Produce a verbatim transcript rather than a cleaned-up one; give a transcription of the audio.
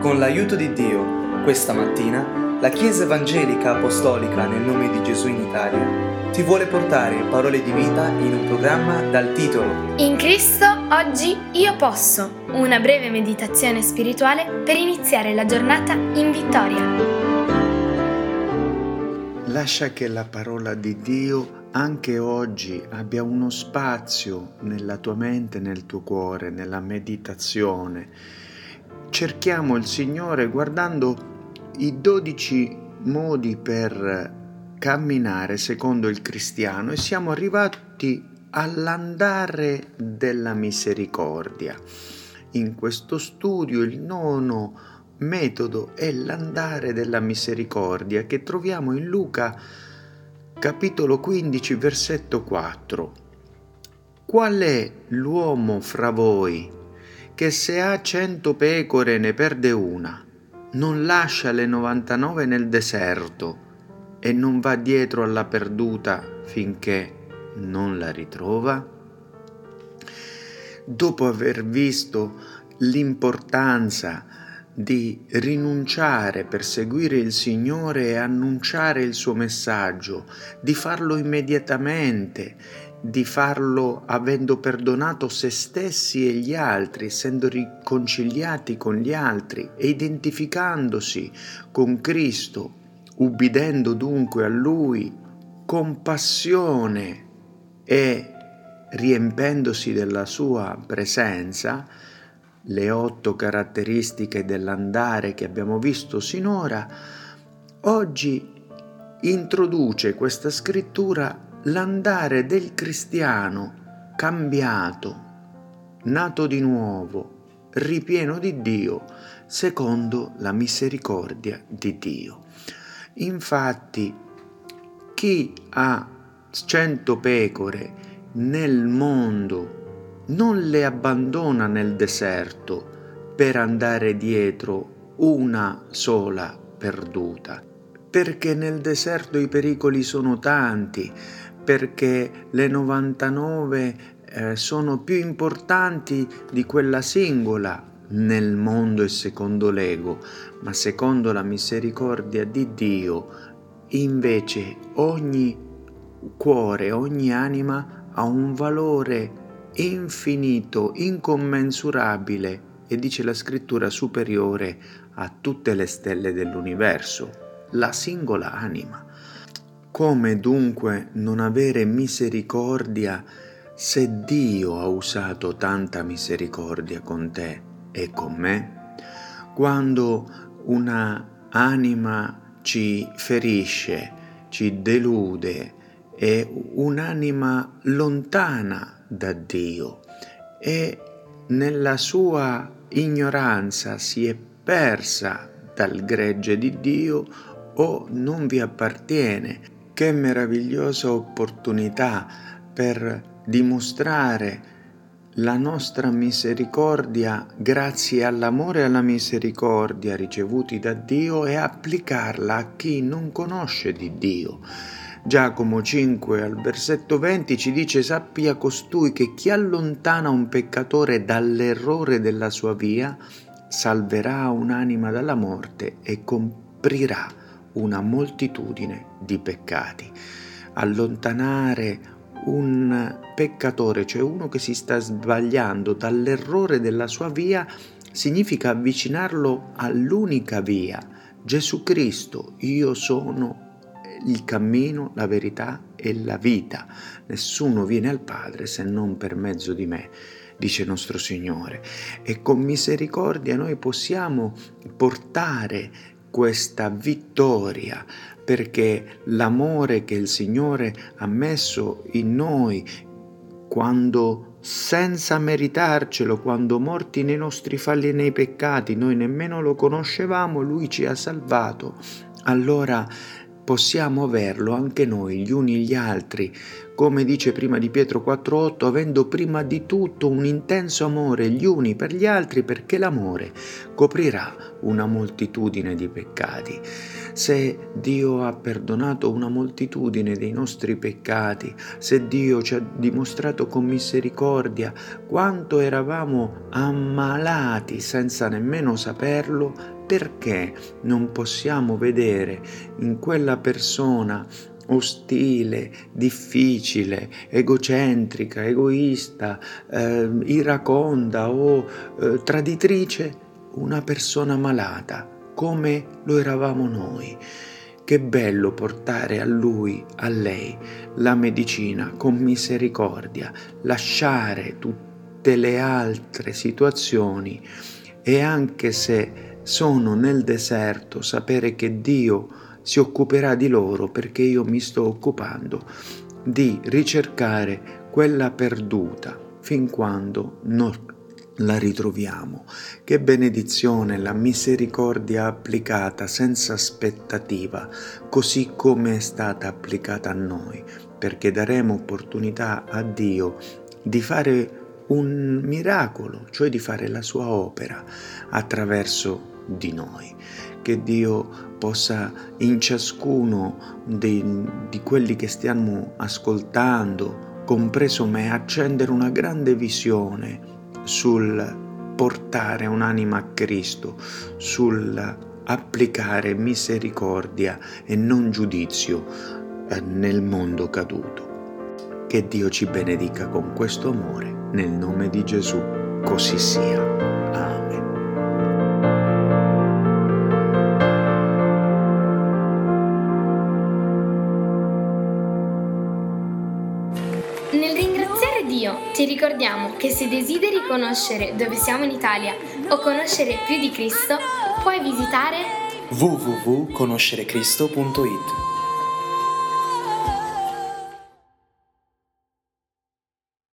Con l'aiuto di Dio, questa mattina, la Chiesa Evangelica Apostolica nel nome di Gesù in Italia ti vuole portare parole di vita in un programma dal titolo In Cristo oggi io posso, una breve meditazione spirituale per iniziare la giornata in vittoria. Lascia che la parola di Dio anche oggi abbia uno spazio nella tua mente, nel tuo cuore, nella meditazione. Cerchiamo il Signore guardando i dodici modi per camminare secondo il cristiano e siamo arrivati all'andare della misericordia. In questo studio il nono metodo è l'andare della misericordia che troviamo in Luca capitolo quindici versetto quattro. Qual è l'uomo fra voi che se ha cento pecore ne perde una, non lascia le novantanove nel deserto e non va dietro alla perduta finché non la ritrova? Dopo aver visto l'importanza di rinunciare per seguire il Signore e annunciare il suo messaggio, di farlo immediatamente, di farlo avendo perdonato se stessi e gli altri, essendo riconciliati con gli altri e identificandosi con Cristo, ubbidendo dunque a Lui con passione e riempendosi della sua presenza, le otto caratteristiche dell'andare che abbiamo visto sinora, oggi introduce questa scrittura l'andare del cristiano cambiato, nato di nuovo, ripieno di Dio, secondo la misericordia di Dio. Infatti, chi ha cento pecore nel mondo non le abbandona nel deserto per andare dietro una sola perduta, perché nel deserto i pericoli sono tanti, perché le novantanove eh, sono più importanti di quella singola nel mondo e secondo l'ego, ma secondo la misericordia di Dio, invece ogni cuore, ogni anima ha un valore infinito, incommensurabile e dice la scrittura superiore a tutte le stelle dell'universo, la singola anima. Come dunque non avere misericordia se Dio ha usato tanta misericordia con te e con me? Quando una anima ci ferisce, ci delude, è un'anima lontana da Dio e nella sua ignoranza si è persa dal gregge di Dio o non vi appartiene. Che meravigliosa opportunità per dimostrare la nostra misericordia grazie all'amore e alla misericordia ricevuti da Dio e applicarla a chi non conosce di Dio. Giacomo cinque al versetto venti ci dice: sappia costui che chi allontana un peccatore dall'errore della sua via salverà un'anima dalla morte e comprirà una moltitudine di peccati. Allontanare un peccatore, cioè uno che si sta sbagliando dall'errore della sua via, significa avvicinarlo all'unica via, Gesù Cristo. Io sono il cammino, la verità e la vita. Nessuno viene al Padre se non per mezzo di me, dice nostro Signore. E con misericordia noi possiamo portare questa vittoria, perché l'amore che il Signore ha messo in noi quando senza meritarcelo, quando morti nei nostri falli e nei peccati, noi nemmeno lo conoscevamo, Lui ci ha salvato. Allora possiamo averlo anche noi, gli uni gli altri, come dice prima di Pietro quattro otto, avendo prima di tutto un intenso amore gli uni per gli altri, perché l'amore coprirà una moltitudine di peccati. Se Dio ha perdonato una moltitudine dei nostri peccati, se Dio ci ha dimostrato con misericordia quanto eravamo ammalati senza nemmeno saperlo, perché non possiamo vedere in quella persona ostile, difficile, egocentrica, egoista, eh, iraconda o eh, traditrice una persona malata come lo eravamo noi? Che bello portare a lui, a lei, la medicina con misericordia, lasciare tutte le altre situazioni e anche se sono nel deserto, sapere che Dio si occuperà di loro, perché io mi sto occupando di ricercare quella perduta fin quando non la ritroviamo. Che benedizione la misericordia applicata senza aspettativa, così come è stata applicata a noi, perché daremo opportunità a Dio di fare un miracolo, cioè di fare la sua opera attraverso di noi. Che Dio possa in ciascuno di, di quelli che stiamo ascoltando, compreso me, accendere una grande visione sul portare un'anima a Cristo, sul applicare misericordia e non giudizio eh, nel mondo caduto. Che Dio ci benedica con questo amore, nel nome di Gesù, così sia. Amen. Nel ringraziare Dio ti ricordiamo che se desideri conoscere dove siamo in Italia o conoscere più di Cristo, puoi visitare w w w punto conoscere cristo punto i t.